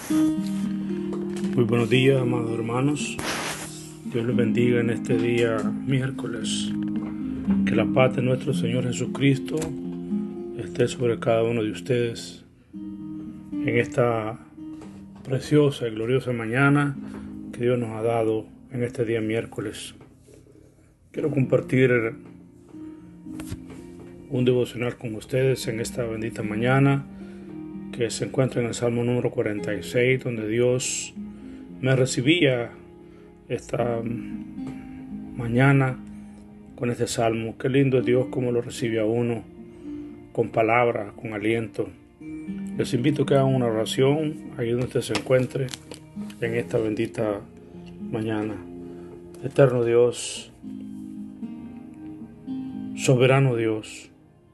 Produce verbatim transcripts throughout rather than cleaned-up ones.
Muy buenos días, amados hermanos. Dios les bendiga en este día miércoles. Que la paz de nuestro Señor Jesucristo esté sobre cada uno de ustedes en esta preciosa y gloriosa mañana que Dios nos ha dado en este día miércoles. Quiero compartir un devocional con ustedes en esta bendita mañana que se encuentra en el Salmo número cuarenta y seis, donde Dios me recibía esta mañana con este salmo. Qué lindo es Dios, cómo lo recibe a uno, con palabras, con aliento. Les invito a que hagan una oración ahí donde usted se encuentre en esta bendita mañana. Eterno Dios, soberano Dios,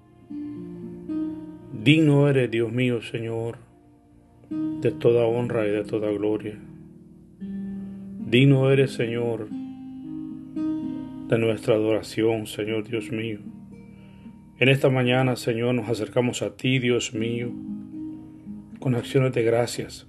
digno eres, Dios mío, Señor, de toda honra y de toda gloria. Digno eres, Señor, de nuestra adoración, Señor Dios mío. En esta mañana, Señor, nos acercamos a ti, Dios mío, con acciones de gracias.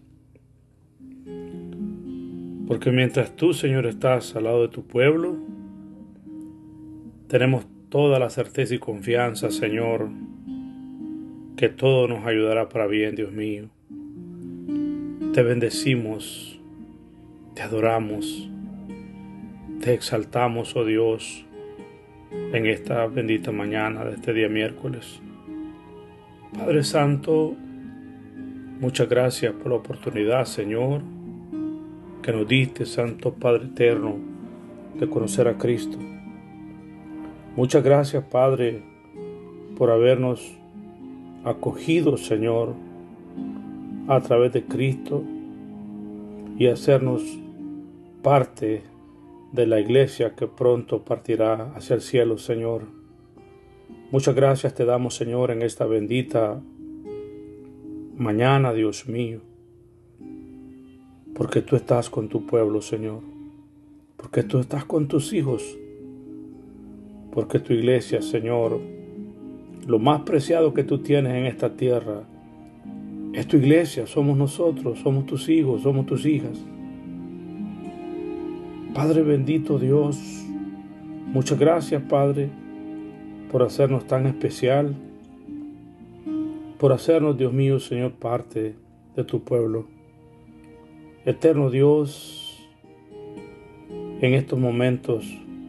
Porque mientras tú, Señor, estás al lado de tu pueblo, tenemos toda la certeza y confianza, Señor, que todo nos ayudará para bien, Dios mío. Te bendecimos, te adoramos, te exaltamos, oh Dios, en esta bendita mañana de este día miércoles. Padre Santo, muchas gracias por la oportunidad, Señor, que nos diste, Santo Padre Eterno, de conocer a Cristo. Muchas gracias, Padre, por habernos acogido, Señor, a través de Cristo y hacernos parte de la iglesia que pronto partirá hacia el cielo, Señor. Muchas gracias te damos, Señor, en esta bendita mañana, Dios mío, porque tú estás con tu pueblo, Señor, porque tú estás con tus hijos, porque tu iglesia, Señor, lo más preciado que tú tienes en esta tierra es tu iglesia. Somos nosotros, somos tus hijos, somos tus hijas. Padre bendito Dios, muchas gracias, Padre, por hacernos tan especial, por hacernos, Dios mío, Señor, parte de tu pueblo. Eterno Dios, en estos momentos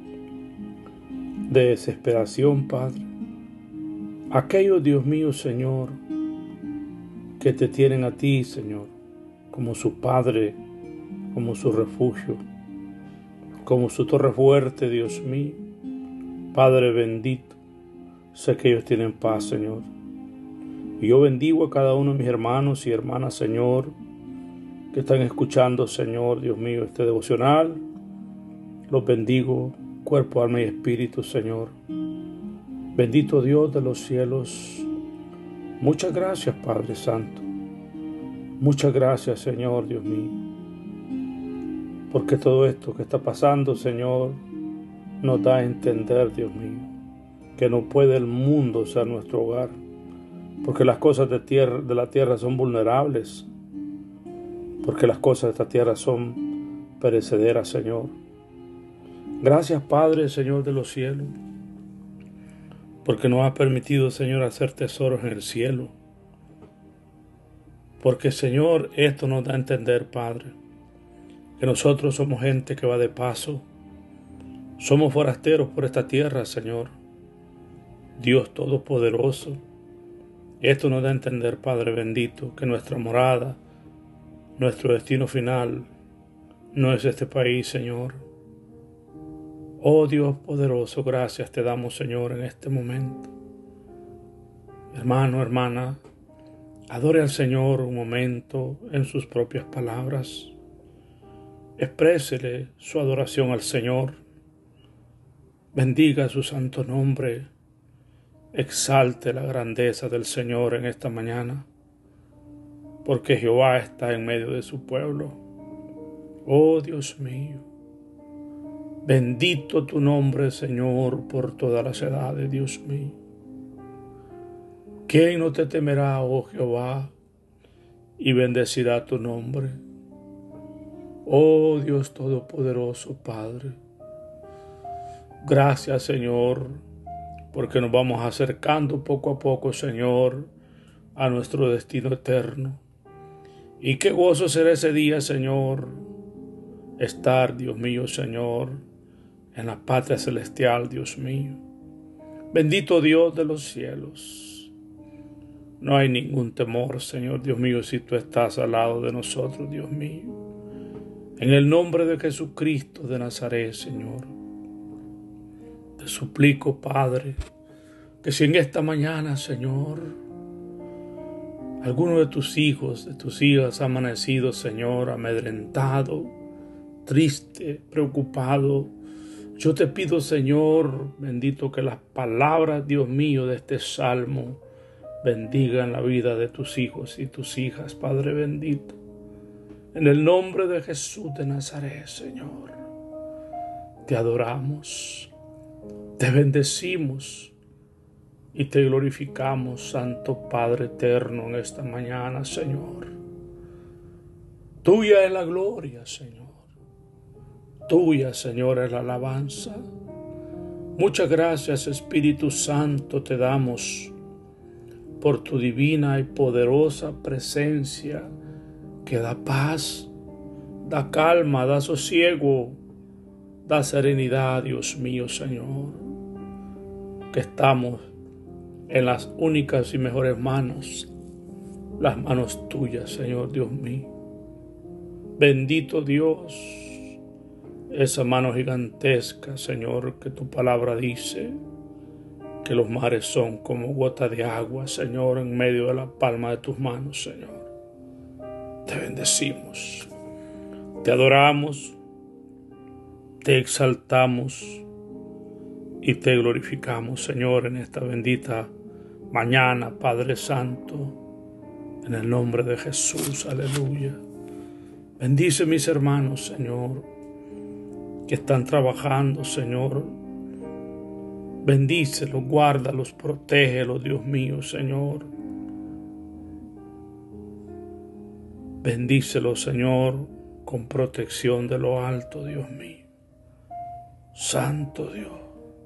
de desesperación, Padre, aquellos, Dios mío, Señor, que te tienen a ti, Señor, como su Padre, como su refugio, como su torre fuerte, Dios mío. Padre bendito, sé que ellos tienen paz, Señor. Y yo bendigo a cada uno de mis hermanos y hermanas, Señor, que están escuchando, Señor, Dios mío, este devocional. Los bendigo, cuerpo, alma y espíritu, Señor. Bendito Dios de los cielos. Muchas gracias, Padre Santo. Muchas gracias, Señor, Dios mío. Porque todo esto que está pasando, Señor, nos da a entender, Dios mío, que no puede el mundo ser nuestro hogar. Porque las cosas de, tierra, de la tierra son vulnerables. Porque las cosas de esta tierra son perecederas, Señor. Gracias, Padre, Señor de los cielos, porque nos has permitido, Señor, hacer tesoros en el cielo. Porque, Señor, esto nos da a entender, Padre, que nosotros somos gente que va de paso. Somos forasteros por esta tierra, Señor. Dios Todopoderoso. Esto nos da a entender, Padre bendito, que nuestra morada, nuestro destino final, no es este país, Señor. Oh Dios poderoso, gracias te damos, Señor, en este momento. Hermano, hermana, adore al Señor un momento en sus propias palabras. Exprésele su adoración al Señor. Bendiga su santo nombre. Exalte la grandeza del Señor en esta mañana, porque Jehová está en medio de su pueblo. Oh Dios mío, bendito tu nombre, Señor, por todas las edades, Dios mío. ¿Quién no te temerá, oh Jehová? y bendecirá tu nombre. Oh Dios Todopoderoso, Padre, gracias, Señor, porque nos vamos acercando poco a poco, Señor, a nuestro destino eterno. Y qué gozo será ese día, Señor, estar, Dios mío, Señor, en la patria celestial, Dios mío. Bendito Dios de los cielos. No hay ningún temor, Señor, Dios mío, si tú estás al lado de nosotros, Dios mío. En el nombre de Jesucristo de Nazaret, Señor, te suplico, Padre, que si en esta mañana, Señor, alguno de tus hijos, de tus hijas ha amanecido, Señor, amedrentado, triste, preocupado, yo te pido, Señor, bendito, que las palabras, Dios mío, de este salmo bendigan la vida de tus hijos y tus hijas, Padre bendito. En el nombre de Jesús de Nazaret, Señor, te adoramos, te bendecimos y te glorificamos, Santo Padre eterno, en esta mañana, Señor. Tuya es la gloria, Señor. Tuya, Señor, es la alabanza. Muchas gracias, Espíritu Santo, te damos por tu divina y poderosa presencia que da paz, da calma, da sosiego, da serenidad, Dios mío, Señor. Que estamos en las únicas y mejores manos, las manos tuyas, Señor Dios mío. Bendito Dios, esa mano gigantesca, Señor, que tu palabra dice que los mares son como gotas de agua, Señor, en medio de la palma de tus manos, Señor. Te bendecimos, te adoramos, te exaltamos y te glorificamos, Señor, en esta bendita mañana, Padre Santo, en el nombre de Jesús, aleluya. Bendice mis hermanos, Señor, que están trabajando, Señor. Bendícelos, guárdalos, protégelos, Dios mío, Señor. Bendícelos, Señor, con protección de lo alto, Dios mío. Santo Dios.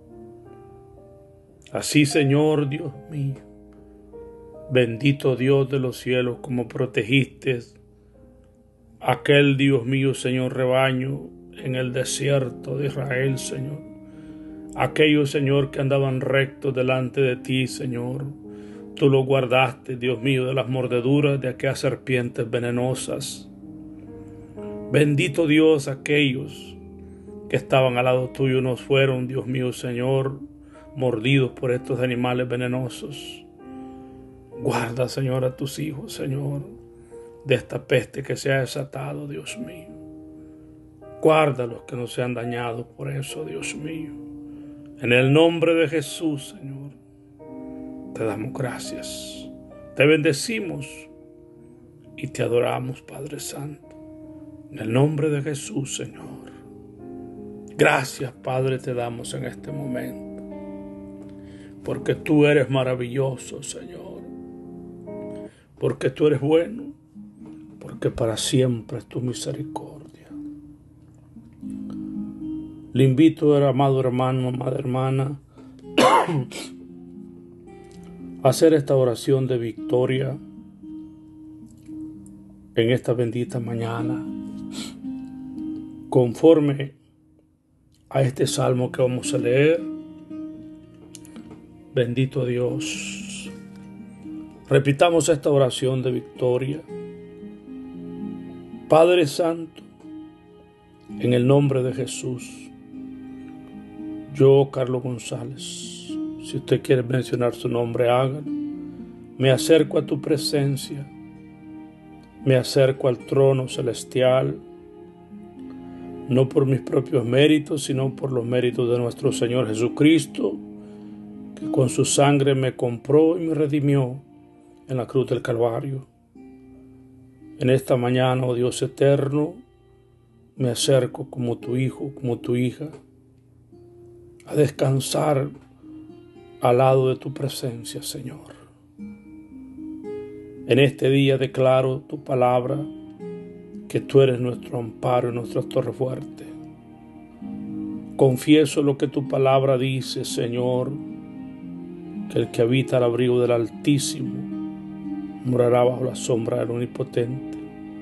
Así, Señor, Dios mío, bendito Dios de los cielos, como protegiste aquel, Dios mío, Señor, rebaño en el desierto de Israel, Señor. Aquellos, Señor, que andaban rectos delante de ti, Señor. Tú los guardaste, Dios mío, de las mordeduras de aquellas serpientes venenosas. Bendito Dios, aquellos que estaban al lado tuyo no fueron, Dios mío, Señor, mordidos por estos animales venenosos. Guarda, Señor, a tus hijos, Señor, de esta peste que se ha desatado, Dios mío. Guarda a los que no sean dañados por eso, Dios mío. En el nombre de Jesús, Señor, te damos gracias. Te bendecimos y te adoramos, Padre Santo. En el nombre de Jesús, Señor. Gracias, Padre, te damos en este momento. Porque tú eres maravilloso, Señor. Porque tú eres bueno. Porque para siempre es tu misericordia. Le invito, amado hermano, amada hermana, a hacer esta oración de victoria en esta bendita mañana, conforme a este salmo que vamos a leer. Bendito Dios. Repitamos esta oración de victoria. Padre Santo, en el nombre de Jesús, yo, Carlos González, si usted quiere mencionar su nombre, hágalo. Me acerco a tu presencia, me acerco al trono celestial, no por mis propios méritos, sino por los méritos de nuestro Señor Jesucristo, que con su sangre me compró y me redimió en la cruz del Calvario. En esta mañana, oh Dios eterno, me acerco como tu hijo, como tu hija, a descansar al lado de tu presencia, Señor. En este día declaro tu palabra, que tú eres nuestro amparo y nuestra torre fuerte. Confieso lo que tu palabra dice, Señor, que el que habita al abrigo del Altísimo morará bajo la sombra del Omnipotente.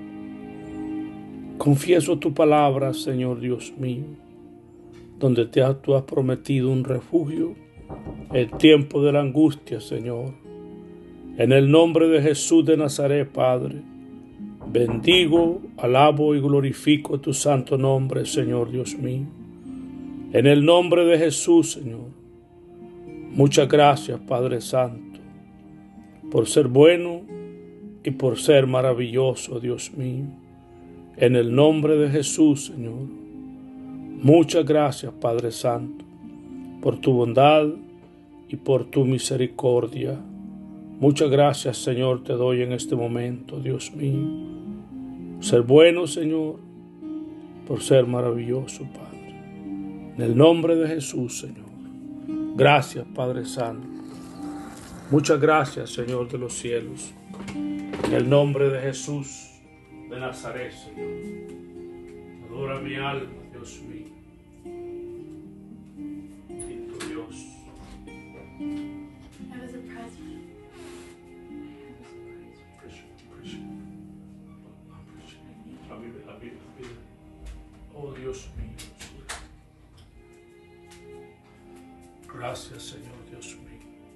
Confieso tu palabra, Señor Dios mío, donde te has, tú has prometido un refugio en tiempo de la angustia, Señor. En el nombre de Jesús de Nazaret, Padre, bendigo, alabo y glorifico tu santo nombre, Señor Dios mío. En el nombre de Jesús, Señor. Muchas gracias, Padre Santo, por ser bueno y por ser maravilloso, Dios mío. En el nombre de Jesús, Señor. Muchas gracias, Padre Santo, por tu bondad y por tu misericordia. Muchas gracias, Señor, te doy en este momento, Dios mío. Ser bueno, Señor, por ser maravilloso, Padre. En el nombre de Jesús, Señor. Gracias, Padre Santo. Muchas gracias, Señor de los cielos. En el nombre de Jesús de Nazaret, Señor. Adora mi alma, Dios mío. Bendito Dios. That was a present. Oh, Dios mío. Gracias, Señor Dios mío.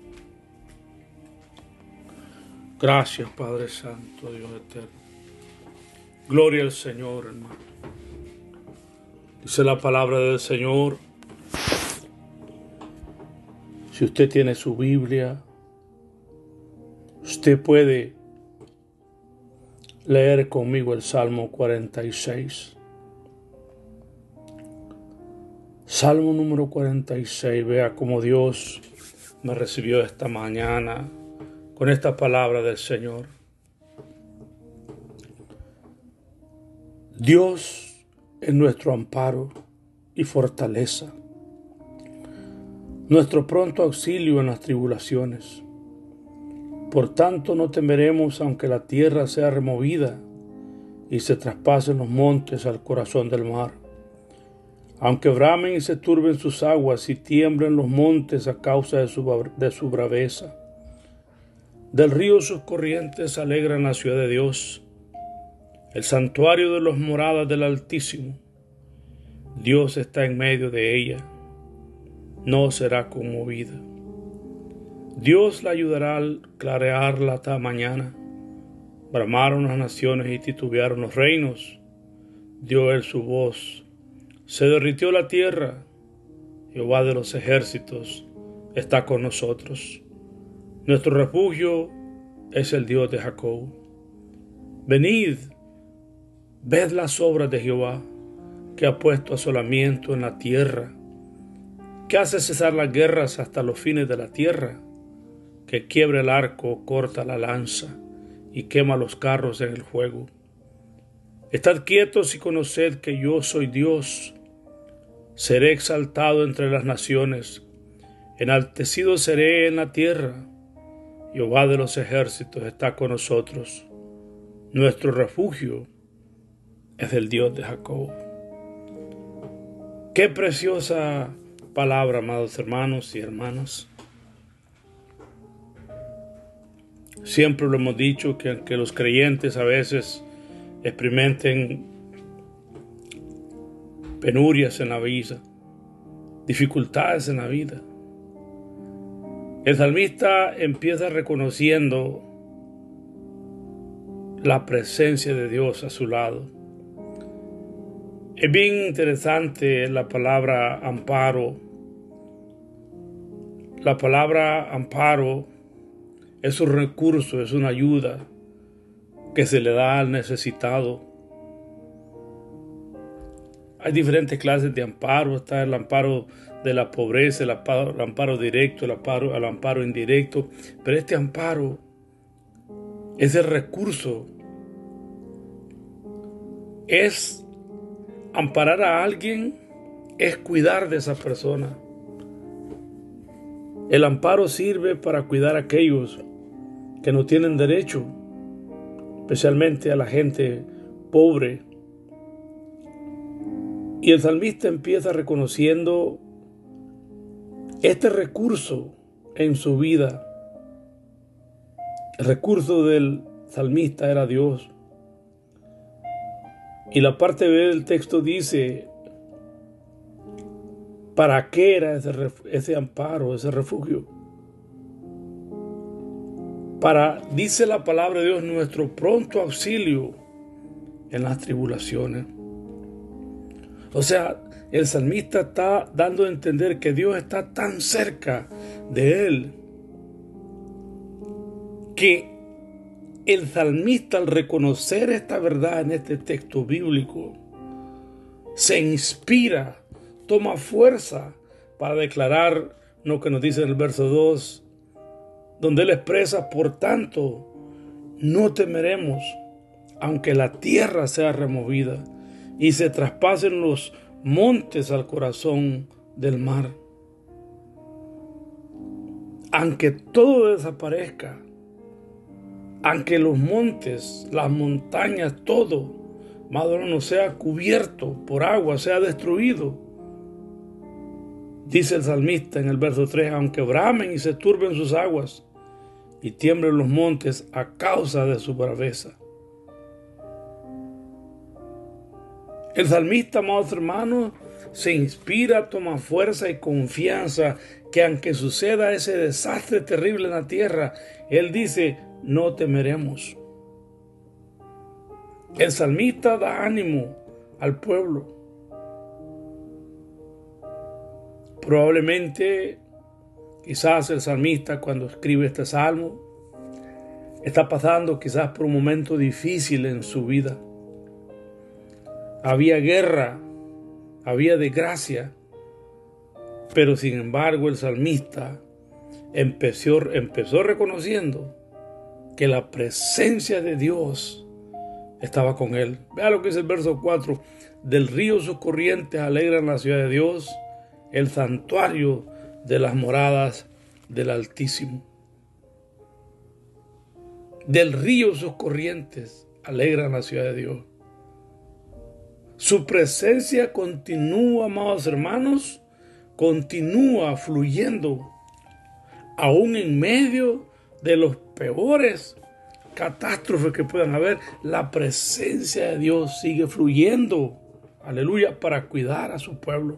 Gracias, Padre Santo, Dios eterno. Gloria al Señor, hermano. Dice la palabra del Señor. Si usted tiene su Biblia, usted puede leer conmigo el Salmo cuarenta y seis. Salmo número cuarenta y seis. Vea cómo Dios me recibió esta mañana con esta palabra del Señor. Dios es nuestro amparo y fortaleza, nuestro pronto auxilio en las tribulaciones. Por tanto no temeremos aunque la tierra sea removida y se traspasen los montes al corazón del mar. Aunque bramen y se turben sus aguas y tiemblen los montes a causa de su, de su braveza. Del río sus corrientes alegran la ciudad de Dios, el santuario de las moradas del Altísimo. Dios está en medio de ella, no será conmovida. Dios la ayudará al clarearla hasta mañana. Bramaron las naciones y titubearon los reinos. Dio él su voz. Se derritió la tierra. Jehová de los ejércitos está con nosotros. Nuestro refugio es el Dios de Jacob. Venid, ved las obras de Jehová, que ha puesto asolamiento en la tierra, que hace cesar las guerras hasta los fines de la tierra, que quiebra el arco, corta la lanza y quema los carros en el fuego. Estad quietos y conoced que yo soy Dios. Seré exaltado entre las naciones, enaltecido seré en la tierra. Jehová de los ejércitos está con nosotros. Nuestro refugio es el Dios de Jacob. Qué preciosa palabra, amados hermanos y hermanas. Siempre lo hemos dicho que aunque los creyentes a veces experimenten penurias en la vida, dificultades en la vida, el salmista empieza reconociendo la presencia de Dios a su lado. Es bien interesante la palabra amparo. La palabra amparo es un recurso, es una ayuda que se le da al necesitado. Hay diferentes clases de amparo. Está el amparo de la pobreza, el amparo, el amparo directo, el amparo, el amparo indirecto. Pero este amparo es el recurso. Es amparar a alguien, es cuidar de esa persona. El amparo sirve para cuidar a aquellos que no tienen derecho especialmente a la gente pobre. Y el salmista empieza reconociendo este recurso en su vida. El recurso del salmista era Dios. Y la parte B del texto dice, ¿para qué era ese, ese amparo, ese refugio? Para, dice la palabra de Dios, nuestro pronto auxilio en las tribulaciones. O sea, el salmista está dando a entender que Dios está tan cerca de él que el salmista, al reconocer esta verdad en este texto bíblico, se inspira, toma fuerza para declarar lo que nos dice en el verso dos, donde él expresa: por tanto, no temeremos, aunque la tierra sea removida y se traspasen los montes al corazón del mar. Aunque todo desaparezca, aunque los montes, las montañas, todo, maduro, no sea cubierto por agua, sea destruido. Dice el salmista en el verso tres, aunque bramen y se turben sus aguas y tiemblen los montes a causa de su braveza. El salmista, amados hermanos, se inspira, toma fuerza y confianza que aunque suceda ese desastre terrible en la tierra, él dice, no temeremos. El salmista da ánimo al pueblo. Probablemente, quizás el salmista, cuando escribe este salmo, está pasando quizás por un momento difícil en su vida. Había guerra, había desgracia, pero sin embargo el salmista empezó, empezó reconociendo que la presencia de Dios estaba con él. Vea lo que dice el verso cuatro. Del río sus corrientes alegran la ciudad de Dios, el santuario de las moradas del Altísimo. Del río sus corrientes alegran la ciudad de Dios. Su presencia continúa, amados hermanos, continúa fluyendo, aún en medio de los peores catástrofes que puedan haber. La presencia de Dios sigue fluyendo, aleluya, para cuidar a su pueblo.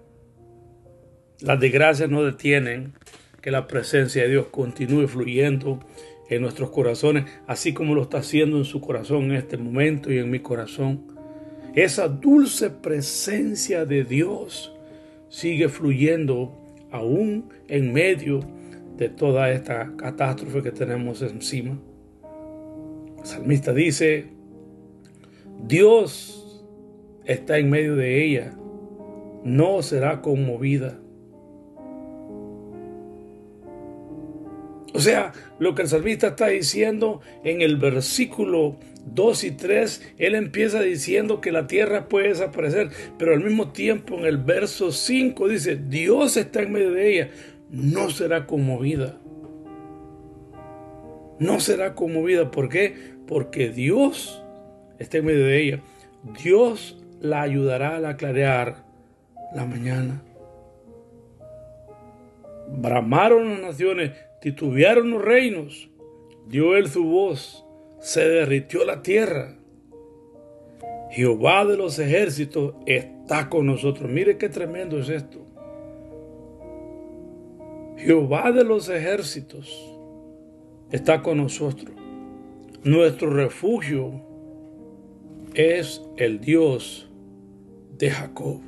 Las desgracias no detienen que la presencia de Dios continúe fluyendo en nuestros corazones, así como lo está haciendo en su corazón en este momento y en mi corazón. Esa dulce presencia de Dios sigue fluyendo aún en medio de toda esta catástrofe que tenemos encima. El salmista dice, Dios está en medio de ella, no será conmovida. O sea, lo que el salmista está diciendo en el versículo dos y tres, él empieza diciendo que la tierra puede desaparecer, pero al mismo tiempo en el verso cinco dice, Dios está en medio de ella, no será conmovida. No será conmovida. ¿Por qué? Porque Dios está en medio de ella. Dios la ayudará a clarear la mañana. Bramaron las naciones, titubearon los reinos, dio él su voz, se derritió la tierra. Jehová de los ejércitos está con nosotros. Mire qué tremendo es esto. Jehová de los ejércitos está con nosotros. Nuestro refugio es el Dios de Jacob.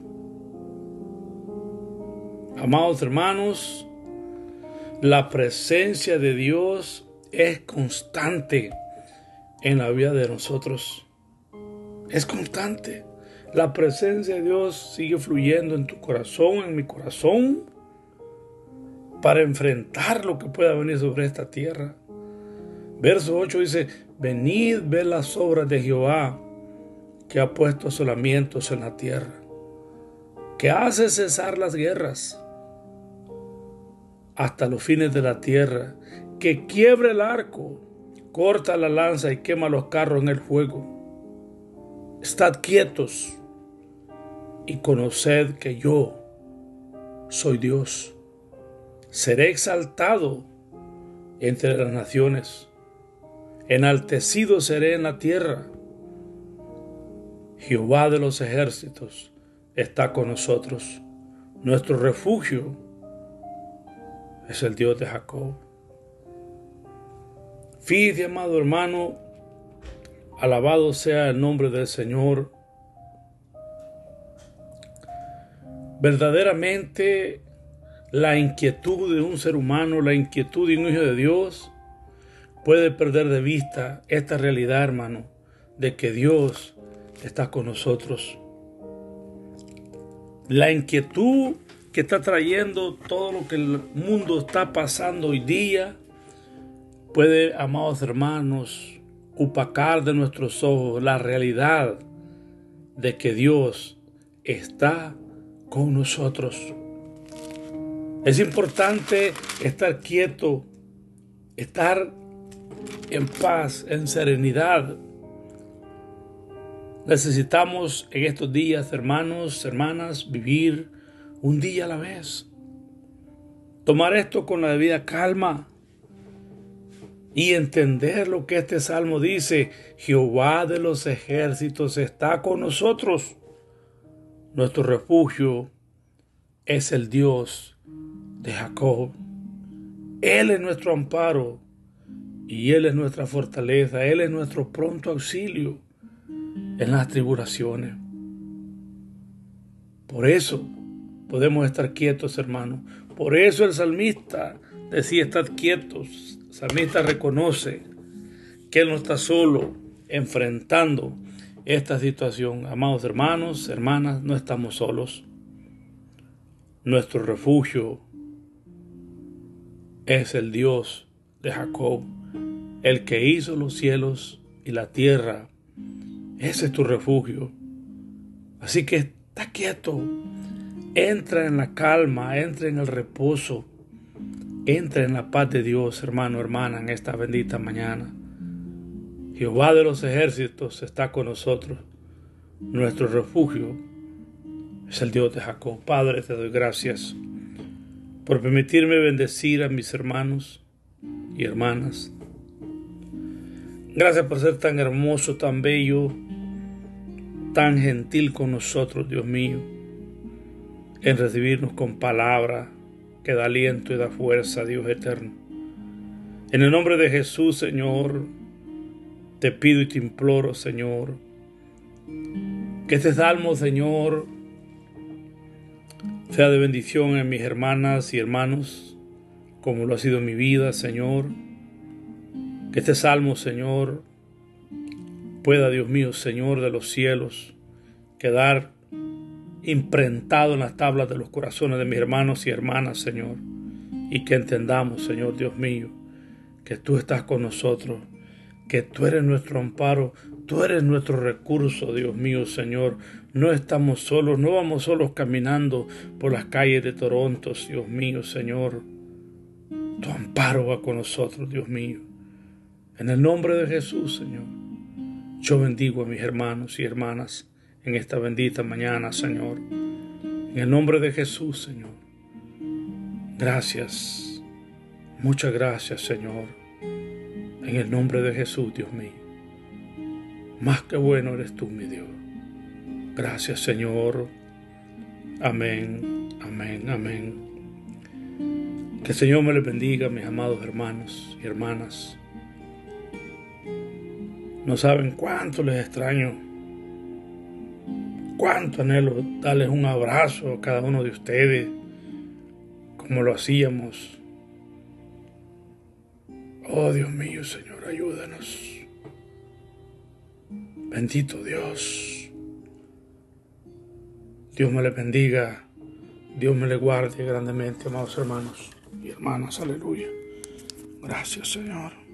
Amados hermanos, la presencia de Dios es constante en la vida de nosotros. Es constante. La presencia de Dios sigue fluyendo en tu corazón, en mi corazón, para enfrentar lo que pueda venir sobre esta tierra. Verso ocho dice, venid, ved las obras de Jehová, que ha puesto asolamientos en la tierra, que hace cesar las guerras hasta los fines de la tierra, que quiebra el arco corta la lanza y quema los carros en el fuego. Estad quietos y conoced que yo soy Dios. Seré exaltado entre las naciones, enaltecido seré en la tierra. Jehová de los ejércitos está con nosotros. Nuestro refugio es el Dios de Jacob. Fíjate, amado hermano, alabado sea el nombre del Señor. Verdaderamente, la inquietud de un ser humano, la inquietud de un hijo de Dios, puede perder de vista esta realidad, hermano, de que Dios está con nosotros. La inquietud que está trayendo todo lo que el mundo está pasando hoy día puede, amados hermanos, opacar de nuestros ojos la realidad de que Dios está con nosotros. Es importante estar quieto, estar en paz, en serenidad. Necesitamos en estos días, hermanos, hermanas, vivir un día a la vez. Tomar esto con la debida calma y entender lo que este salmo dice. Jehová de los ejércitos está con nosotros. Nuestro refugio es el Dios de Jacob. Él es nuestro amparo y Él es nuestra fortaleza. Él es nuestro pronto auxilio en las tribulaciones. Por eso podemos estar quietos, hermanos. Por eso el salmista decía: estad quietos. El salmista reconoce que él no está solo enfrentando esta situación. Amados hermanos, hermanas, no estamos solos. Nuestro refugio es el Dios de Jacob, el que hizo los cielos y la tierra. Ese es tu refugio. Así que está quieto. Entra en la calma, entra en el reposo, entra en la paz de Dios, hermano, hermana, en esta bendita mañana. Jehová de los ejércitos está con nosotros. Nuestro refugio es el Dios de Jacob. Padre, te doy gracias por permitirme bendecir a mis hermanos y hermanas. Gracias por ser tan hermoso, tan bello, tan gentil con nosotros, Dios mío, en recibirnos con palabra que da aliento y da fuerza, Dios eterno. En el nombre de Jesús, Señor, te pido y te imploro, Señor, que este salmo, Señor, sea de bendición en mis hermanas y hermanos, como lo ha sido en mi vida, Señor. Que este salmo, Señor, pueda, Dios mío, Señor de los cielos, quedar imprentado en las tablas de los corazones de mis hermanos y hermanas, Señor. Y que entendamos, Señor, Dios mío, que tú estás con nosotros, que tú eres nuestro amparo, tú eres nuestro recurso, Dios mío, Señor. No estamos solos, no vamos solos caminando por las calles de Toronto, Dios mío, Señor. Tu amparo va con nosotros, Dios mío. En el nombre de Jesús, Señor, yo bendigo a mis hermanos y hermanas en esta bendita mañana, Señor. En el nombre de Jesús, Señor. Gracias, muchas gracias, Señor. En el nombre de Jesús, Dios mío. Más que bueno eres tú, mi Dios. Gracias, Señor. Amén, amén, amén. Que el Señor me les bendiga, mis amados hermanos y hermanas. No saben cuánto les extraño, cuánto anhelo darles un abrazo a cada uno de ustedes, como lo hacíamos. Oh, Dios mío, Señor, ayúdanos. Bendito Dios. Dios me les bendiga. Dios me les guarde grandemente, amados hermanos y hermanas. Aleluya. Gracias, Señor.